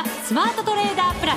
ザ・スマートトレーダープラス。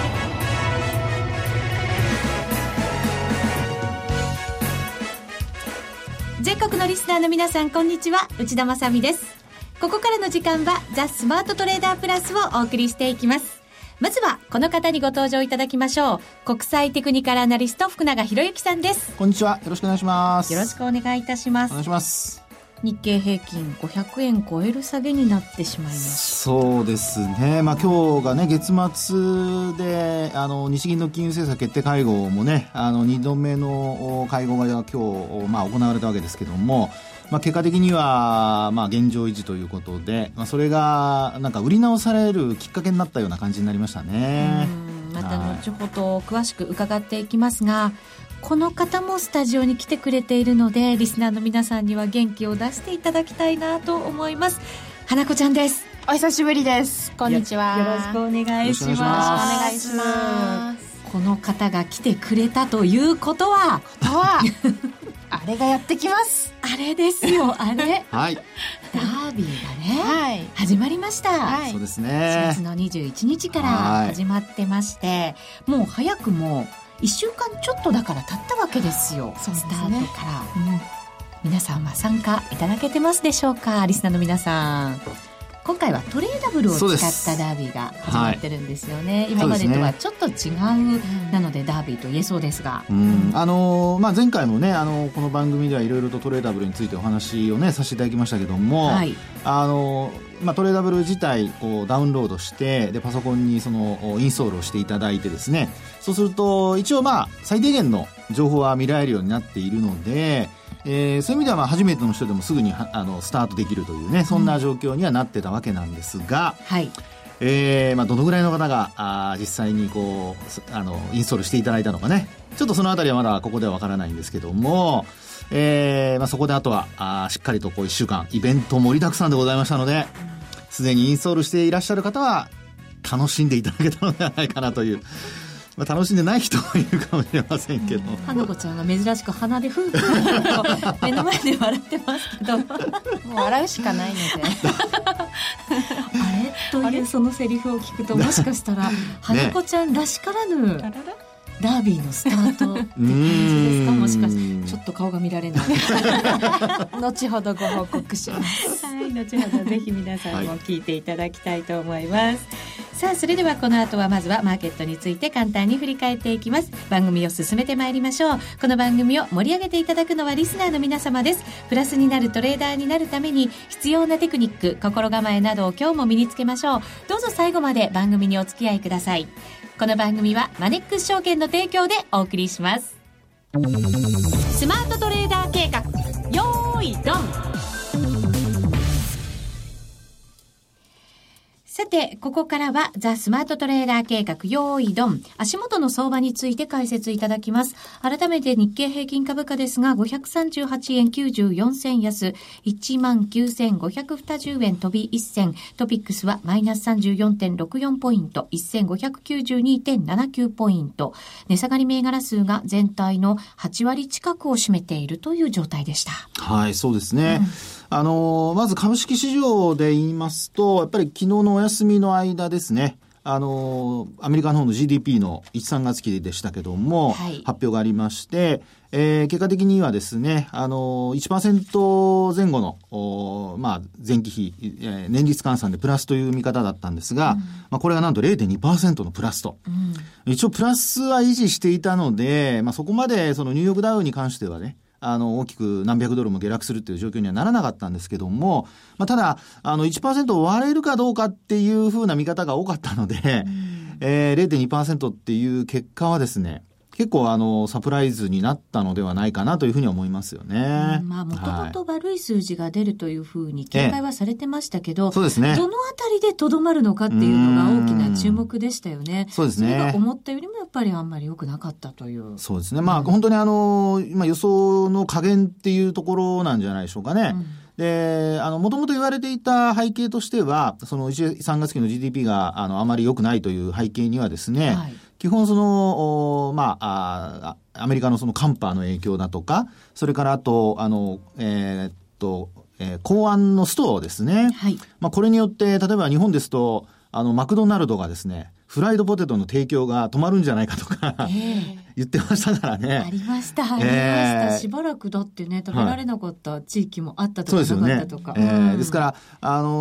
全国のリスナーの皆さん、こんにちは、内田まさみです。ここからの時間はザ・スマートトレーダープラスをお送りしていきます。まずはこの方にご登場いただきましょう。国際テクニカルアナリスト福永博之さんです。 こんにちは、よろしくお願いします。 よろしくお願いいたします。 お願いします。 日経平均500円超える下げになってしまいました。 そうですね、今日がね、月末で日銀の金融政策決定会合もね、2度目の会合が今日、行われたわけですけども、結果的には、現状維持ということで、それがなんか売り直されるきっかけになったような感じになりましたね。 また後ほど詳しく伺っていきますが、この方もスタジオに来てくれているので、リスナーの皆さんには元気を出していただきたいなと思います。花子ちゃんです。 お久しぶりです。こんにちは。 よろしくお願いします。 よろしくお願いします。 この方が来てくれたということはあれがやってきます。 あれですよ、あれ。 はい。 ダービーがね、はい、始まりました。 はい、そうですね。 4月の21日から始まってまして、もう早くも1週間ちょっとだから経ったわけですよ。 そうですね、 スタートから、皆さんは参加いただけてますでしょうか。リスナーの皆さん、今回はトレーダブルを使ったダービーが始まってるんですよね。はい、今までとはちょっと違う、なのでダービーと言えそうですが、 前回もね、この番組ではいろいろとトレーダブルについてお話をねさせていただきましたけども、はい、トレーダブル自体をダウンロードして、でパソコンにそのインストールをしていただいてですね、そうすると一応最低限の情報は見られるようになっているので、そういう意味では初めての人でもすぐにスタートできるというね、そんな状況にはなってたわけなんですが、はい、どのぐらいの方が実際にインストールしていただいたのかね、ちょっとそのあたりはまだここではわからないんですけども、そこであとはしっかりと1週間イベント盛りだくさんでございましたので、すでにインストールしていらっしゃる方は楽しんでいただけたのではないかなという。楽しんでない人もいるかもしれませんけど、 花子ちゃんが珍しく鼻でふんふんと目の前で笑ってますけど、もう笑うしかないのであれというそのセリフを聞くと、もしかしたら花子ちゃんらしからぬダービーのスタートって感じですか。もしかしてちょっと顔が見られない後ほどご報告します。 はい、後ほどぜひ皆さんも聞いていただきたいと思います。さあ、それではこの後はまずはマーケットについて簡単に振り返っていきます。番組を進めてまいりましょう。この番組を盛り上げていただくのはリスナーの皆様です。プラスになるトレーダーになるために必要なテクニック、心構えなどを今日も身につけましょう。どうぞ最後まで番組にお付き合いください。この番組はマネックス証券の提供でお送りします。スマートトレーダー計画、よーいドン。さて、ここからはザ・スマートトレーダー計画用意ドン、足元の相場について解説いただきます。改めて日経平均株価ですが、538円94銭安、19,520 円飛び1銭、トピックスはマイナス 34.64 ポイント、1592.79 ポイント、値下がり銘柄数が全体の8割近くを占めているという状態でした。 はい、そうですね。まず株式市場で言いますと、やっぱり昨日のお休みの間ですね、アメリカの方の GDP の1、3月期でしたけども、はい、発表がありまして、結果的にはですね、1% 前後の、前期比、年率換算でプラスという見方だったんですが、これがなんと 0.2% のプラスと。一応プラスは維持していたので、そこまでそのニューヨークダウに関してはね、大きく何百ドルも下落するという状況にはならなかったんですけども、ただ1% 割れるかどうかっていうふうな見方が多かったので、0.2% っていう結果はですね、結構サプライズになったのではないかなというふうに思いますよね。 もともと悪い数字が出るというふうに警戒はされてましたけど、 そうですね、 どのあたりでとどまるのかっていうのが大きな注目でしたよね。 そうですね。 それが思ったよりもやっぱりあんまり良くなかったという。 そうですね。本当に今予想の加減っていうところなんじゃないでしょうかね。で、もともと言われていた背景としては、その1、3月期の GDP があまり良くないという背景にはですね、はい、基本アメリカのその寒波の影響だとか、それからあと、港湾のストですね。はい。これによって、例えば日本ですと、 マクドナルドがですね、フライドポテトの提供が止まるんじゃないかとか、言ってましたからね。 ありました、ありました。しばらくだってね、食べられなかった地域もあったとか、なかったとか。 ですから、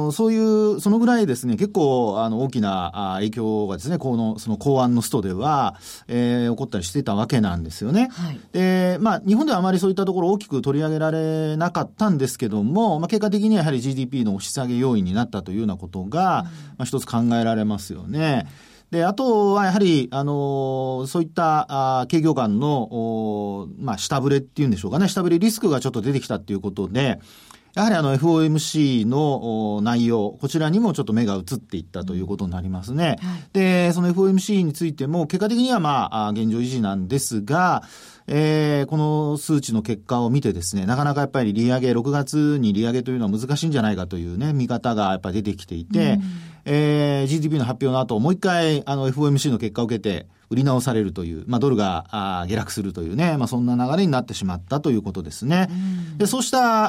そういう、そのぐらいですね、結構、大きな影響がですね、その公安のストでは、起こったりしてたわけなんですよね。 はい、 で、日本ではあまりそういったところ大きく取り上げられなかったんですけども、結果的にはやはり GDP の押し下げ要因になったというようなことが、一つ考えられますよね。で、あとはやはり、そういった景況感の、下振れっていうんでしょうかね、下振れリスクがちょっと出てきたっていうことで、やはりFOMC の内容、こちらにもちょっと目が移っていったということになりますね。はい、で、その FOMC についても、結果的には現状維持なんですが、この数値の結果を見てですね、なかなかやっぱり利上げ、6月に利上げというのは難しいんじゃないかというね、見方がやっぱり出てきていて、GDP の発表の後、もう一回FOMC の結果を受けて、売り直されるという、ドルが下落するというね、そんな流れになってしまったということですね。で、そうした、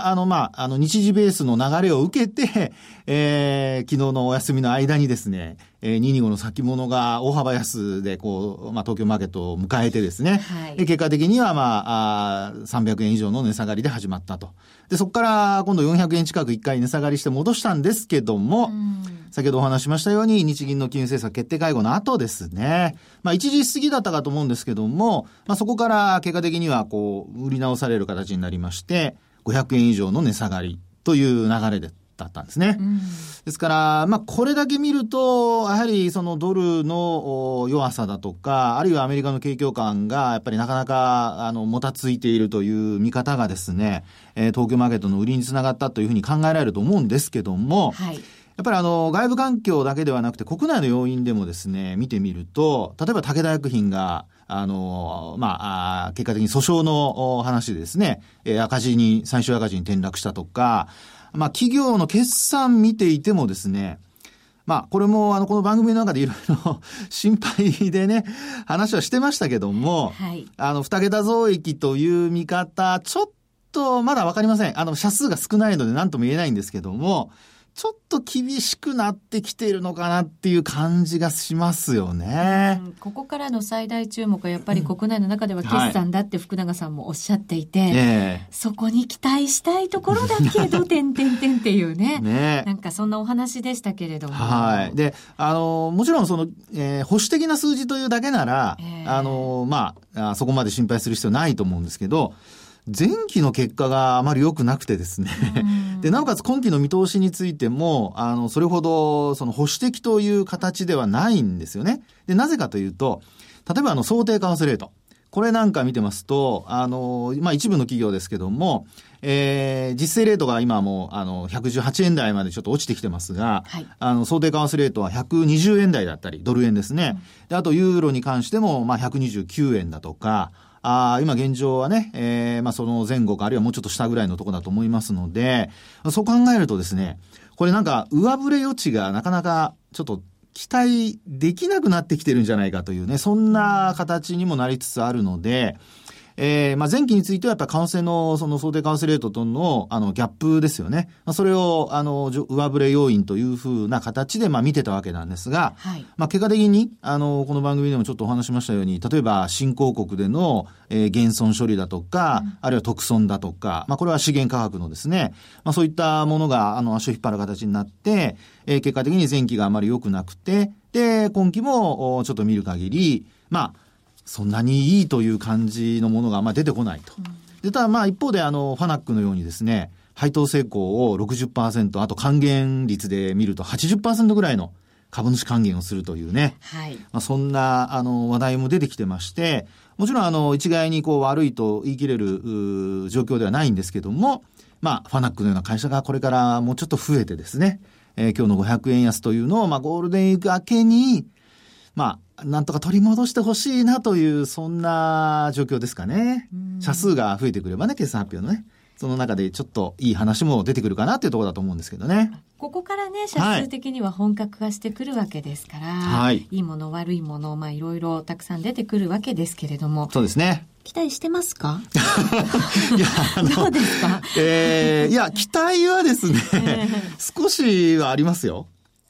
日時ベースの流れを受けて、昨日のお休みの間にですね、225の先物が大幅安で、東京マーケットを迎えてですね、はい、で結果的には、300円以上の値下がりで始まったと。で、そこから今度400円近く1回値下がりして戻したんですけども、先ほどお話ししましたように、日銀の金融政策決定会合の後ですね、1時過ぎだったかと思うんですけども、そこから結果的には売り直される形になりまして、500円以上の値下がりという流れだったんですね。ですから、これだけ見ると、やはりそのドルの弱さだとか、あるいはアメリカの景況感がやっぱりなかなかもたついているという見方がですね、東京マーケットの売りにつながったというふうに考えられると思うんですけども、はい、やっぱり外部環境だけではなくて国内の要因でもですね、見てみると、例えば武田薬品が、結果的に訴訟の話でですね、最終赤字に転落したとか、企業の決算見ていてもですね、これもこの番組の中でいろいろ心配でね、話はしてましたけども、はい、2桁増益という見方、ちょっとまだわかりません。社数が少ないので何とも言えないんですけども、ちょっと厳しくなってきているのかなっていう感じがしますよね。 ここからの最大注目はやっぱり国内の中では決算だって福永さんもおっしゃっていて、そこに期待したいところだけど、てんっていうね。なんかそんなお話でしたけれども。 はい。で、もちろんその、保守的な数字というだけなら、そこまで心配する必要ないと思うんですけど、前期の結果があまり良くなくてですね。で、なおかつ今期の見通しについても、それほど、その保守的という形ではないんですよね。で、なぜかというと、例えば想定為替レート。これなんか見てますと、一部の企業ですけども、実勢レートが今も118円台までちょっと落ちてきてますが、はい、想定為替レートは120円台だったり、ドル円ですね。で、あとユーロに関しても、129円だとか、今現状はね、その前後かあるいはもうちょっと下ぐらいのところだと思いますので、そう考えるとですね、これなんか上振れ余地がなかなかちょっと期待できなくなってきてるんじゃないかというね、そんな形にもなりつつあるので、前期についてはやっぱり為替のその想定為替レートとのギャップですよね。それを上振れ要因というふうな形で見てたわけなんですが、はい、結果的にこの番組でもちょっとお話しましたように、例えば新興国での減損処理だとか、あるいは特損だとか、これは資源価格のですね、そういったものが足を引っ張る形になって、結果的に前期があまり良くなくて、で今期もちょっと見る限りそんなにいいという感じのものが出てこないと。で、ただ一方でファナックのようにですね、配当成功を 60%、あと還元率で見ると 80% ぐらいの株主還元をするというね、はい、そんな話題も出てきてまして、もちろん一概に悪いと言い切れる状況ではないんですけども、ファナックのような会社がこれからもうちょっと増えてですね、今日の500円安というのをゴールデンウィーク明けになんとか取り戻してほしいなという、そんな状況ですかね。社数が増えてくればね、決算発表のね、その中でちょっといい話も出てくるかなっていうところだと思うんですけどね。 ここからね、社数的には本格化してくるわけですから、はい、いいもの悪いもの、いろいろたくさん出てくるわけですけれども。 そうですね。 期待してますか？ いや、 どうですか？ いや、期待はですね、少しはありますよ。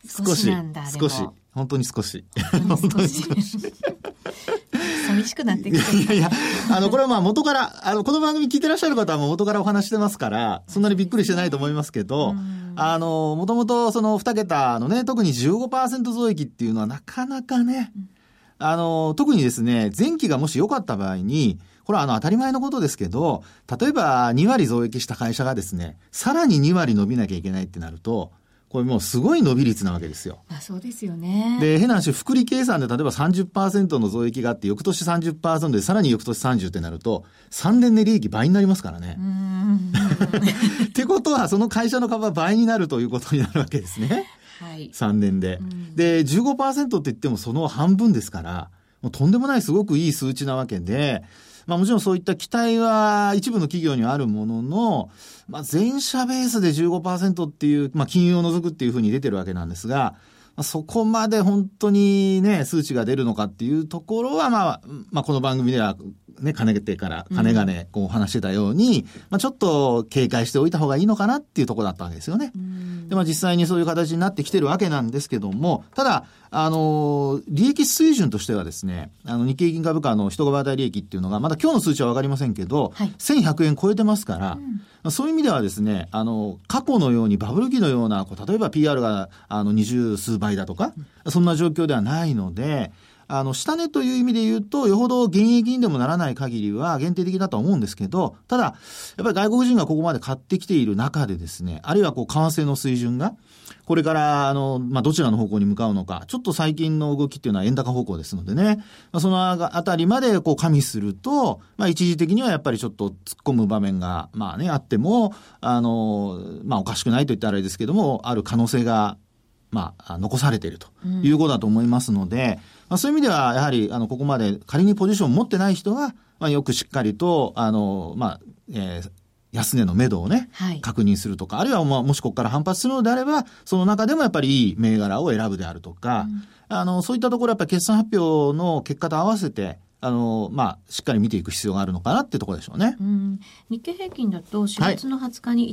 少しなんだ。 少し。本当に少し。 本当に少し。寂しくなってきて。 いや、これはまあ元から、この番組聞いてらっしゃる方はもう元からお話してますから、そんなにびっくりしてないと思いますけど、もともとその2桁のね、特に 15% 増益っていうのはなかなかね、特にですね、前期がもし良かった場合に、これは当たり前のことですけど、例えば2割増益した会社がですね、さらに2割伸びなきゃいけないってなると、これもうすごい伸び率なわけですよ。 そうですよね。 で、変な話、複利計算で例えば 30% の増益があって、翌年 30% でさらに翌年30ってなると、3年で利益倍になりますからね。ってことは、その会社の株は倍になるということになるわけですね。はい。3年で。で、15% って言ってもその半分ですから、もうとんでもないすごくいい数値なわけで、まあもちろんそういった期待は一部の企業にはあるものの、まあ全社ベースで 15% っていう、まあ金融を除くっていうふうに出てるわけなんですが、そこまで本当にね、数値が出るのかっていうところは、まあこの番組ではね、かねがね、こう話してたように、まあちょっと警戒しておいた方がいいのかなっていうところだったわけですよね。で、まあ実際にそういう形になってきてるわけなんですけども、ただ、利益水準としてはですね、日経平均株価の一株当たり利益っていうのが、まだ今日の数値はわかりませんけど、はい、1100円超えてますから、そういう意味ではですね、過去のようにバブル期のような、例えば PR が20数倍だとか、そんな状況ではないので、下値という意味で言うと、よほど現役にでもならない限りは限定的だと思うんですけど、ただ、やっぱり外国人がここまで買ってきている中でですね、あるいは為替の水準が、これから、まあ、どちらの方向に向かうのか、ちょっと最近の動きっていうのは円高方向ですのでね、そのあたりまで加味すると、まあ、一時的にはやっぱりちょっと突っ込む場面が、まあね、あっても、まあ、おかしくないと言ったらあれですけども、ある可能性が、まあ、残されているということだと思いますので、まあ、そういう意味では、やはり、ここまで仮にポジションを持ってない人は、まあ、よくしっかりと、まあ、安値の目処をね、はい、確認するとか、あるいはもしここから反発するのであれば、その中でもやっぱりいい銘柄を選ぶであるとか、そういったところやっぱり決算発表の結果と合わせて、まあ、しっかり見ていく必要があるのかなっていうところでしょうね。 日経平均だと4月の20日に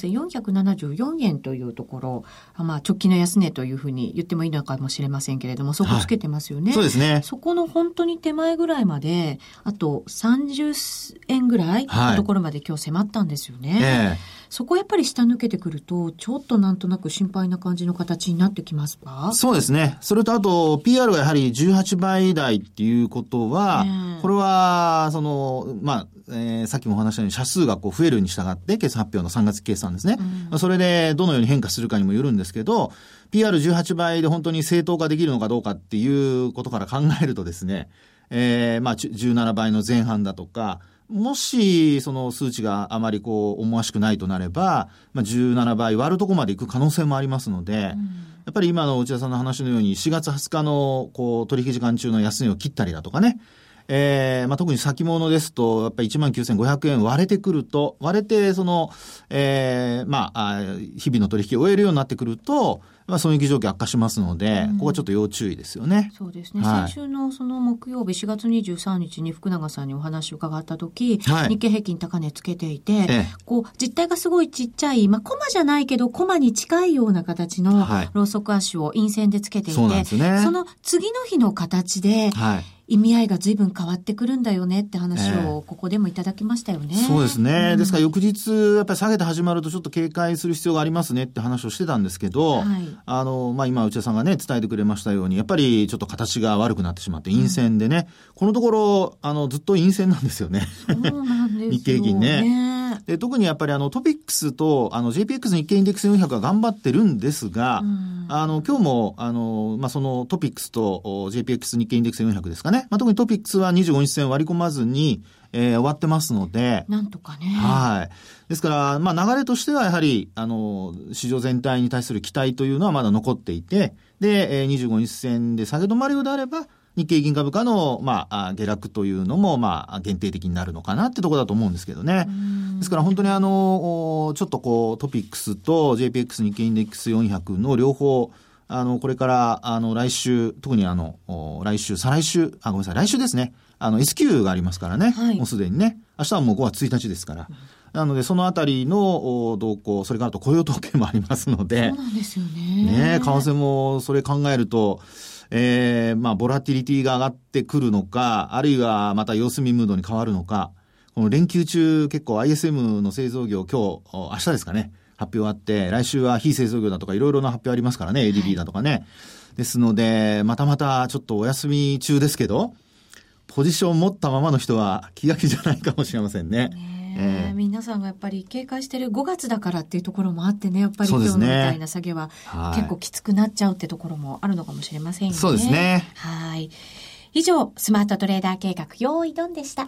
19,474 円というところ、まあ、直近の安値というふうに言ってもいいのかもしれませんけれども、そこつけてますよね。 そうですね。 そこの本当に手前ぐらいまで、あと30円ぐらいのところまで今日迫ったんですよね。そこやっぱり下抜けてくると、ちょっとなんとなく心配な感じの形になってきますか？ そうですね。それとあと、PR がやはり18倍台っていうことは、これは、まあ、さっきもお話したように、社数が増えるに従って、決算発表の3月決算ですね。それで、どのように変化するかにもよるんですけど、PR18 倍で本当に正当化できるのかどうかっていうことから考えるとですね、まあ、17倍の前半だとか、もし、その数値があまり思わしくないとなれば、まあ、17倍割るとこまでいく可能性もありますので、やっぱり今の内田さんの話のように、4月20日の、取引時間中の安値を切ったりだとかね、まあ、特に先物ですと、やっぱり 19,500 円割れてくると、割れて、まあ、日々の取引を終えるようになってくると、まあ、損益状況悪化しますので、ここはちょっと要注意ですよね。 そうですね。はい、先週のその木曜日4月23日に福永さんにお話を伺ったとき、はい、日経平均高値つけていて、実態がすごいちっちゃい、まあ、コマじゃないけど、コマに近いような形のローソク足を陰線でつけていて、 そうなんですね、 その次の日の形で、はい、意味合いが随分変わってくるんだよねって話をここでもいただきましたよね。 そうですね。ですから翌日やっぱり下げて始まるとちょっと警戒する必要がありますねって話をしてたんですけど、はい、まあ今内田さんがね伝えてくれましたようにやっぱりちょっと形が悪くなってしまって陰線でね、このところずっと陰線なんですよね。 そうなんですよね。 日経平均ね。で特にやっぱりトピックスとJPX 日経インデックス400が頑張ってるんですが、今日もまあそのトピックスと JPX 日経インデックス400ですかね。まあ、特にトピックスは25日線割り込まずに、終わってますので。 なんとかね。 はい。ですから、まあ流れとしてはやはり、市場全体に対する期待というのはまだ残っていて、で、25日線で下げ止まるようであれば、日経平均株価の、まあ、下落というのも、まあ、限定的になるのかなってところだと思うんですけどね。ですから本当にちょっとトピックスと JPX 日経インデックス400の両方、これから、来週、特に来週、再来週、ごめんなさい、来週ですね。S q がありますからね。はい、もうすでにね。明日はもう5月1日ですから。 なのでそのあたりの動向、それからあと雇用統計もありますので、 そうなんですよね。 為替もそれ考えると、ボラティリティが上がってくるのか、あるいはまた様子見ムードに変わるのか、この連休中結構 ISM の製造業明日ですかね、発表あって、来週は非製造業だとかいろいろな発表ありますからね、ADB だとかね。ですので、またちょっとお休み中ですけど、ポジション持ったままの人は気が気じゃないかもしれませんね。 皆さんがやっぱり警戒してる5月だからっていうところもあってね、やっぱり今日のみたいな下げは結構きつくなっちゃうってところもあるのかもしれませんよね。 そうですね。 はい。以上、スマートトレーダー計画用意ドンでした。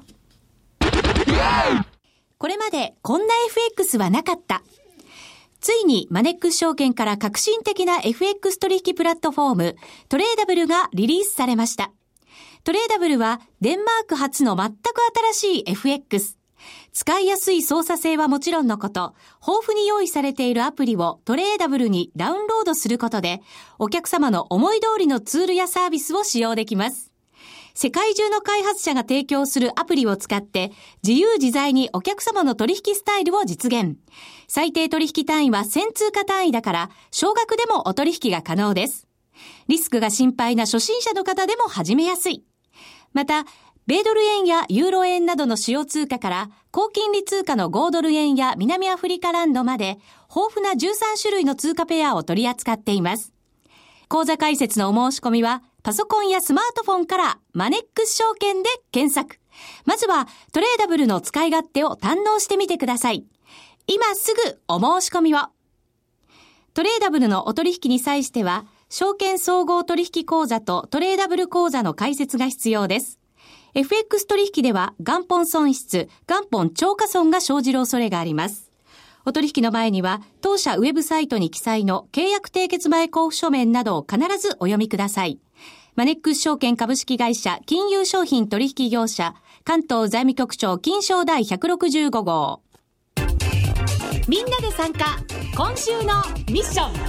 これまでこんな FX はなかった。ついにマネックス証券から革新的な FX 取引プラットフォームトレーダブルがリリースされました。トレーダブルはデンマーク発の全く新しい FX。使いやすい操作性はもちろんのこと、豊富に用意されているアプリをトレーダブルにダウンロードすることで、お客様の思い通りのツールやサービスを使用できます。世界中の開発者が提供するアプリを使って、自由自在にお客様の取引スタイルを実現。最低取引単位は1000通貨単位だから、少額でもお取引が可能です。リスクが心配な初心者の方でも始めやすい。また、米ドル円やユーロ円などの主要通貨から高金利通貨の5ドル円や南アフリカランドまで豊富な13種類の通貨ペアを取り扱っています。口座開設のお申し込みはパソコンやスマートフォンからマネックス証券で検索。まずはトレーダブルの使い勝手を堪能してみてください。今すぐお申し込みを。トレーダブルのお取引に際しては証券総合取引口座とトレーダブル口座の開設が必要です。FX 取引では元本損失、元本超過損が生じる恐れがあります。お取引の前には当社ウェブサイトに記載の契約締結前交付書面などを必ずお読みください。マネックス証券株式会社金融商品取引業者関東財務局長金商第165号。みんなで参加、今週のミッション。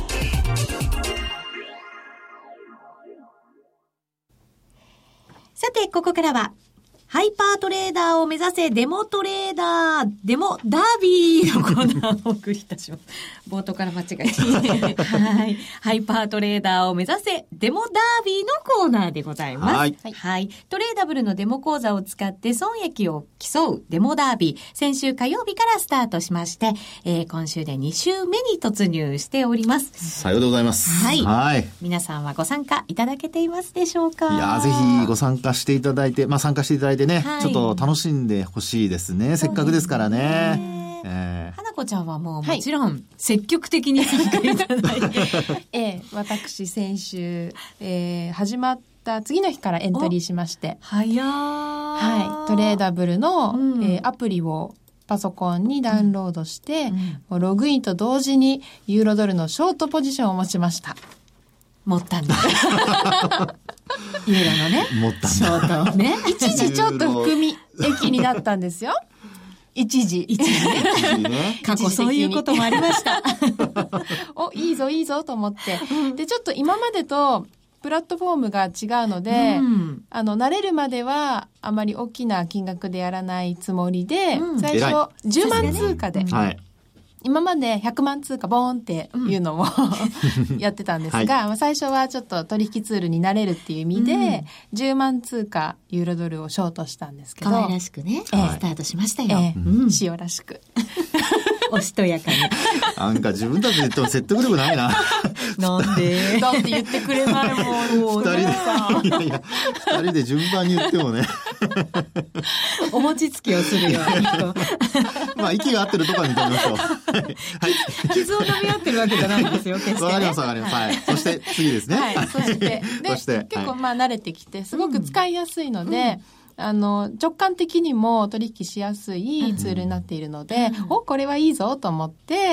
さて、ここからは、ハイパートレーダーを目指せデモトレーダー、デモダービーのコーナーをお送りいたします。冒頭から間違えて。はい。ハイパートレーダーを目指せデモダービーのコーナーでございます。はい。はい。トレーダブルのデモ講座を使って損益を競うデモダービー。先週火曜日からスタートしまして、今週で2週目に突入しております。 さようでございます。 はい。はい。皆さんはご参加いただけていますでしょうか？ いや、ぜひご参加していただいて、参加していただいてね、はい、ちょっと楽しんでほしいですね。せっかくですからね。 花子ちゃんはもちろん積極的に参加いただいて、 私先週、始まった次の日からエントリーしまして、はい、トレーダブルの、アプリをパソコンにダウンロードして、ログインと同時にユーロドルのショートポジションを持ちました。 持ったんだ。ユーロのね。 持ったんだ。 ショートね。 一時ちょっと含み益になったんですよ。一時ね。過去そういうこともありました。 お、いいぞと思って。で、ちょっと今までとプラットフォームが違うので、慣れるまではあまり大きな金額でやらないつもりで、最初10万通貨で。はい。今まで100万通貨ボーンっていうのも、やってたんですが、最初はちょっと取引ツールになれるっていう意味で、10万通貨ユーロドルをショートしたんですけど。 可愛らしくね、スタートしましたよ。 塩らしく。 おしとやかに。 なんか自分たちで言っても説得力ないな。 なんでだって言ってくれないもん。 二人で順番に言ってもね。 お餅つきをするように。 息が合ってるところに止めましょう。 傷を飲み合ってるわけじゃないんですよ、決して、ね。 わかります。はい。そして次ですね。 はい。そして、結構慣れてきて、すごく使いやすいので、直感的にも取引しやすいツールになっているので、これはいいぞと思って、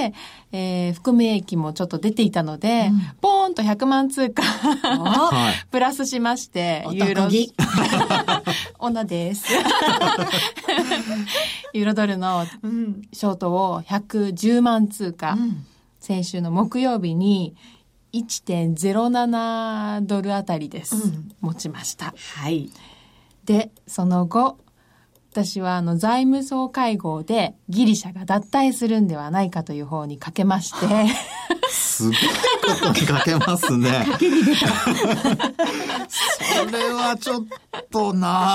含み益もちょっと出ていたので、ポーンと100万通貨プラスしまして、ユーロ女です。ユーロドルのショートを110万通貨、先週の木曜日に 1.07 ドルあたりです、持ちました。 はい。 で、その後、 私は財務総会合でギリシャが脱退するんではないかという方にかけましてすごいことにかけますね。 かけに出た。 それはちょっと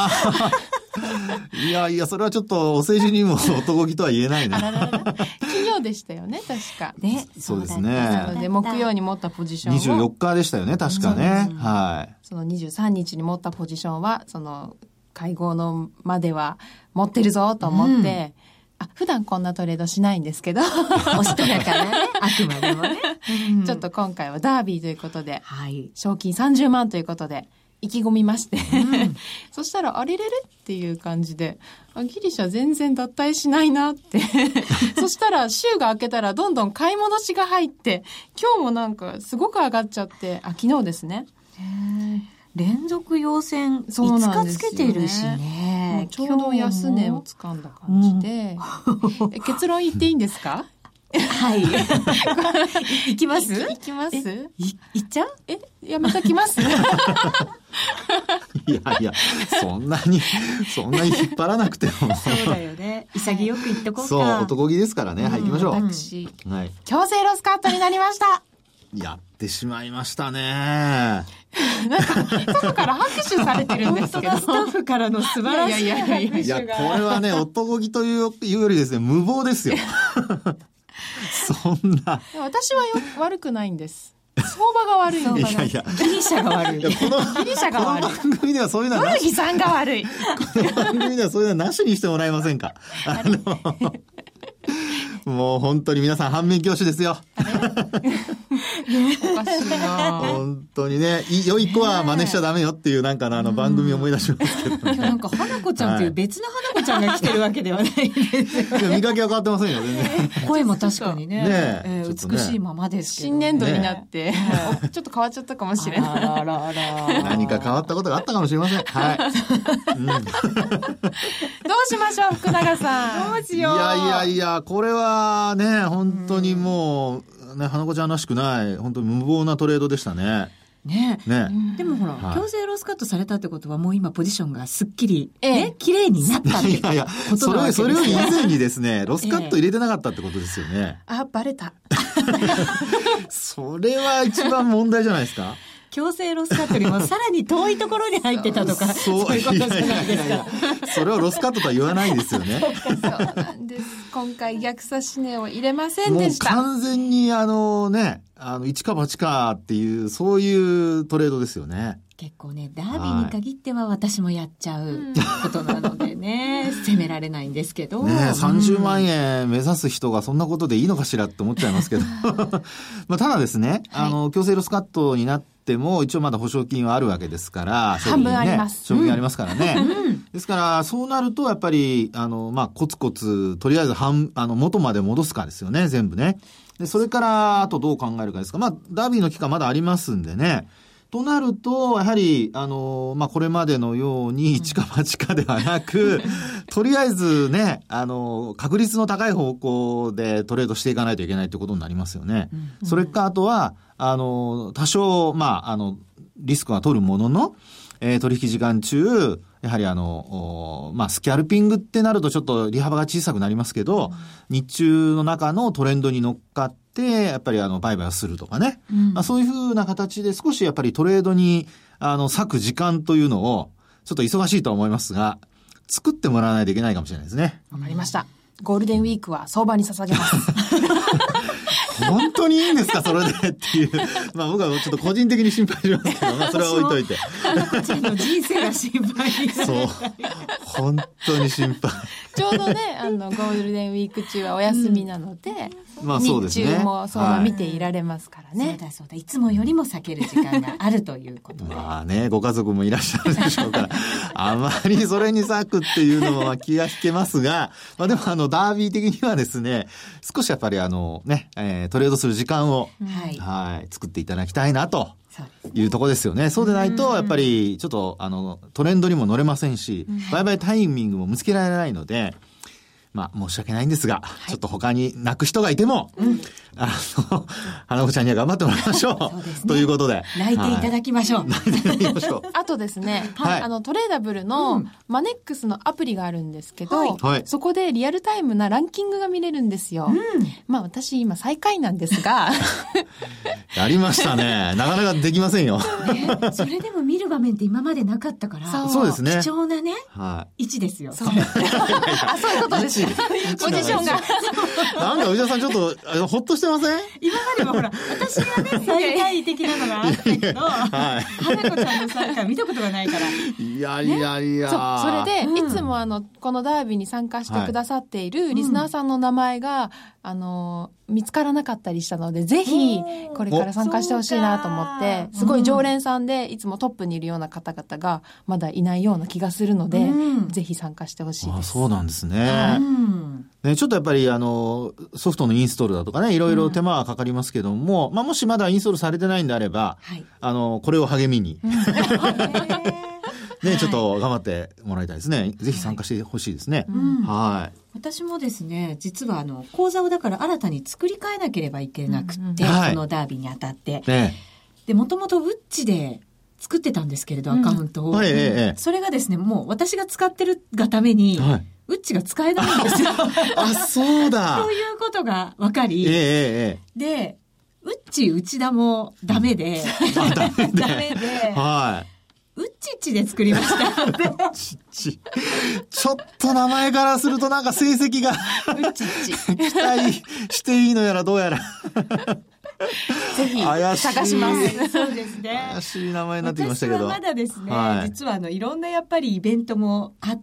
いやいや、それはちょっとお政治にも男気とは言えないね。 金曜でしたよね、確か。 ね、 そうですね。 なので木曜に持ったポジションを 24日でしたよね、確かね。はい。 その23日に持ったポジションはその会合のまでは持ってるぞと思って、普段こんなトレードしないんですけどおしとやかなね、あくまでもね、 ちょっと今回はダービーということで、 はい、 賞金30万ということで意気込みまして、そしたらあれれれっていう感じで、ギリシャ全然脱退しないなってそしたら週が明けたらどんどん買い戻しが入って、今日もなんかすごく上がっちゃって、昨日ですね。 連続陽線5日つけてるしね。 ちょうど安値を掴んだ感じで、結論言っていいんですか？ はい。行きます？ 行きます？ 行っちゃう？ やめときますいやいや、そんなに引っ張らなくても。 そうだよね。潔く言っとこうか。 そう、男気ですからね。はい、行きましょう。 私、 はい。 強制ロスカットになりました。 やってしまいましたね。 なんか、スタッフから拍手されてるんですけど。 スタッフからの素晴らしい。 いや、これはね、男気というよりですね、無謀ですよ。そんな。 私は悪くないんです。相場が悪いんです。 いやいや、 ギリシャが悪い。 ギリシャが悪い。 この番組ではそういうのはなし。さんが悪い。 この番組ではそういうのはなしにしてもらえませんか。もう本当に皆さん反面教師ですよ。 おかしいな。 本当にね、良い子は真似しちゃダメよっていうなんか番組を思い出しますけど、ね。 今日なんか花子ちゃんという別の花子ちゃんが来てるわけではないですよ。 見かけは変わってませんよ、全然。 声も確かにね。 美しいままですけど。 新年度になって、ちょっと変わっちゃったかもしれない。 何か変わったことがあったかもしれません。はい。 どうしましょう、福永さん。 どうしよう。 いや、これはね、本当にもう、ね、花子ちゃんらしくない、本当に無謀なトレードでしたね。 ね。でもほら、強制ロスカットされたってことはもう今ポジションがすっきり、綺麗になったってことなわけですよ。 それより以前にですね、ロスカット入れてなかったってことですよね。 バレた。 それは一番問題じゃないですか。 強制ロスカットよりもさらに遠いところに入ってたとか、そういうことじゃないですか。 それをロスカットとは言わないですよね。 そうなんです。今回逆差し値を入れませんでした。 もう完全に一か八かっていう、そういうトレードですよね。 結構ね、ダービーに限っては私もやっちゃうことなのでね、責められないんですけど。 ね、30万円目指す人がそんなことでいいのかしらって思っちゃいますけど。ただですね、強制ロスカットになっても一応まだ保証金はあるわけですから、 半分あります。 賞金ありますからね。ですから、そうなるとやっぱり、コツコツ、とりあえず元まで戻すかですよね、全部ね。で、それから、あとどう考えるかですか。ダービーの期間まだありますんでね。となると、やはり、これまでのように、一か八かではなく、とりあえずね、確率の高い方向でトレードしていかないといけないということになりますよね。それか、あとは、多少、リスクは取るものの、取引時間中、やはりスキャルピングってなるとちょっと利幅が小さくなりますけど、日中の中のトレンドに乗っかって、やっぱり売買をするとかね。そういうふうな形で少しやっぱりトレードに、割く時間というのを、ちょっと忙しいとは思いますが、作ってもらわないといけないかもしれないですね。 わかりました。ゴールデンウィークは相場に捧げます。 本当にいいんですかそれでっていう。僕はちょっと個人的に心配しますけど、それは置いといて。 花子ちゃんの人生が心配になる。 そう。本当に心配。 ちょうどね、ゴールデンウィーク中はお休みなので、 そうですね。 日中も相場見ていられますからね。 そうだ。いつもよりも避ける時間があるということで。 ご家族もいらっしゃるでしょうから、あまりそれに割くっていうのも気が引けますが、でもダービー的にはですね、少しやっぱりトレードする時間を、作っていただきたいなというところですよね。そうでないと、やっぱりちょっとトレンドにも乗れませんし、売買タイミングも見つけられないので、申し訳ないんですが、ちょっと他に泣く人がいても、 花子ちゃんには頑張ってもらいましょう。 そうですね。 ということで。 泣いていただきましょう。 泣いていただきましょう。 あとですね、 はい、 トレーダブルのマネックスのアプリがあるんですけど、 はい、 そこでリアルタイムなランキングが見れるんですよ。まあ私今最下位なんですが。 やりましたね。なかなかできませんよ。 それでも見る場面って今までなかったから、 そうですね。 貴重なね、 はい、 位置ですよ。 そういうことです。ポジションが。 なんか内田さんちょっとほっとしてません？ 今までもほら、私がね、最下位的なのがあったけど、花子ちゃんの最下位見たことがないから。 いやいやいや。 それで、いつもこのダービーに参加してくださっているリスナーさんの名前が、見つからなかったりしたので、ぜひ、これから参加してほしいなと思って、すごい常連さんで、いつもトップにいるような方々が、まだいないような気がするので、ぜひ参加してほしいです。 そうなんですね。ね、ちょっとやっぱり、ソフトのインストールだとかね、いろいろ手間はかかりますけども、まあ、もしまだインストールされてないんであれば、これを励みに。ね、ちょっと頑張ってもらいたいですね。ぜひ参加してほしいですね。はい。 私もですね、実は講座をだから新たに作り変えなければいけなくて、このダービーにあたって。で、もともとウッチで作ってたんですけれど、アカウントを。それがですね、もう私が使ってるがために、ウッチが使えないんですよ。 あ、そうだ。 ということが分かり、で、ウッチ、内田もダメで、ダメで、ウッチッチで作りました。ウッチッチ。 ちょっと名前からするとなんか成績がウッチッチ。 期待していいのやらどうやら。 ぜひ探します。 そうですね。 怪しい名前になってきましたけど。 私はまだですね、実はいろんなやっぱりイベントもあって、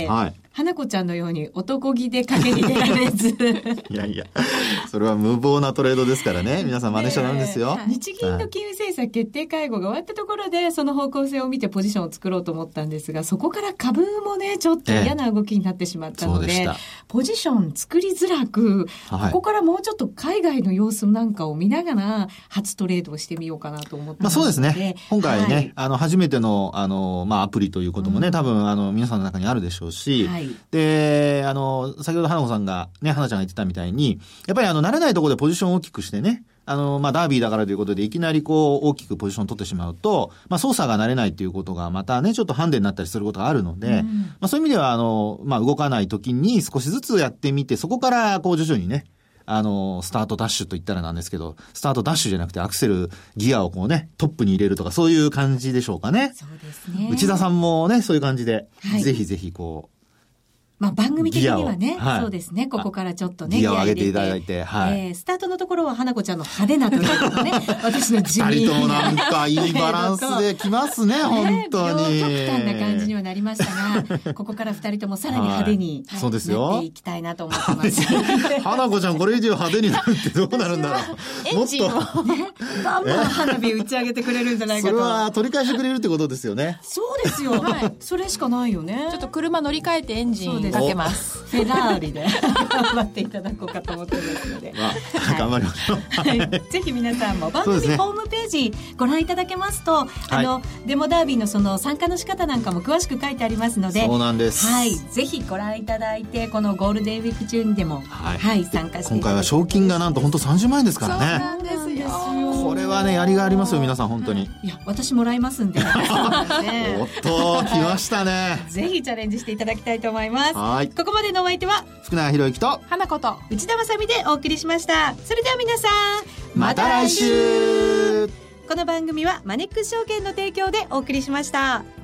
花子ちゃんのように男気で賭けに出られず。 いやいや、それは無謀なトレードですからね。皆さん真似しちゃダメですよ。 日銀の金融政策決定会合が終わったところで、その方向性を見てポジションを作ろうと思ったんですが、そこから株もね、ちょっと嫌な動きになってしまったので、ポジション作りづらく、ここからもうちょっと海外の様子なんかを見ながら、初トレードをしてみようかなと思ってますので。 そうですね。今回ね、初めての、アプリということもね、多分、皆さんの中にあるでしょうし、で、先ほど花子さんがね、花ちゃんが言ってたみたいに、やっぱり慣れないところでポジションを大きくしてね、ダービーだからということでいきなり大きくポジションを取ってしまうと、操作が慣れないということがまたね、ちょっとハンデになったりすることがあるので、そういう意味では、動かない時に少しずつやってみて、そこから徐々にね、スタートダッシュと言ったらなんですけど、スタートダッシュじゃなくてアクセル、ギアをトップに入れるとか、そういう感じでしょうかね。 そうですね。 内田さんもね、そういう感じで、ぜひぜひ番組的にはね、そうですね、ここからちょっとね、 ギアを上げていただいて、 スタートのところは花子ちゃんの派手なトレードとね、私の地味二人ともなんかいいバランスできますね、本当に。 両極端な感じにはなりましたが、ここから二人ともさらに派手になっていきたいなと思ってます。 花子ちゃんこれ以上派手になるってどうなるんだろう。もっとバンバン花火打ち上げてくれるんじゃないかと。 それは取り返してくれるってことですよね。 そうですよ。それしかないよね。 ちょっと車乗り換えてエンジンかけます。 フェラーリで頑張っていただこうかと思ってますので、 頑張りましょう。 ぜひ皆さんも番組ホームページご覧いただけますと、デモダービーのその参加の仕方なんかも詳しく書いてありますので、 そうなんです。 ぜひご覧いただいて、このゴールデンウィーク中にでも、参加して今回は賞金がなんと本当30万円ですからね。 そうなんですよ。 これはね、やりがいありますよ、皆さん本当に。 いや、私もらいますんで。 おっと、来ましたね。 ぜひチャレンジしていただきたいと思います。 ここまでのお相手は福永博之と花子と内田まさみでお送りしました。それでは皆さん、 また来週。 この番組はマネックス証券の提供でお送りしました。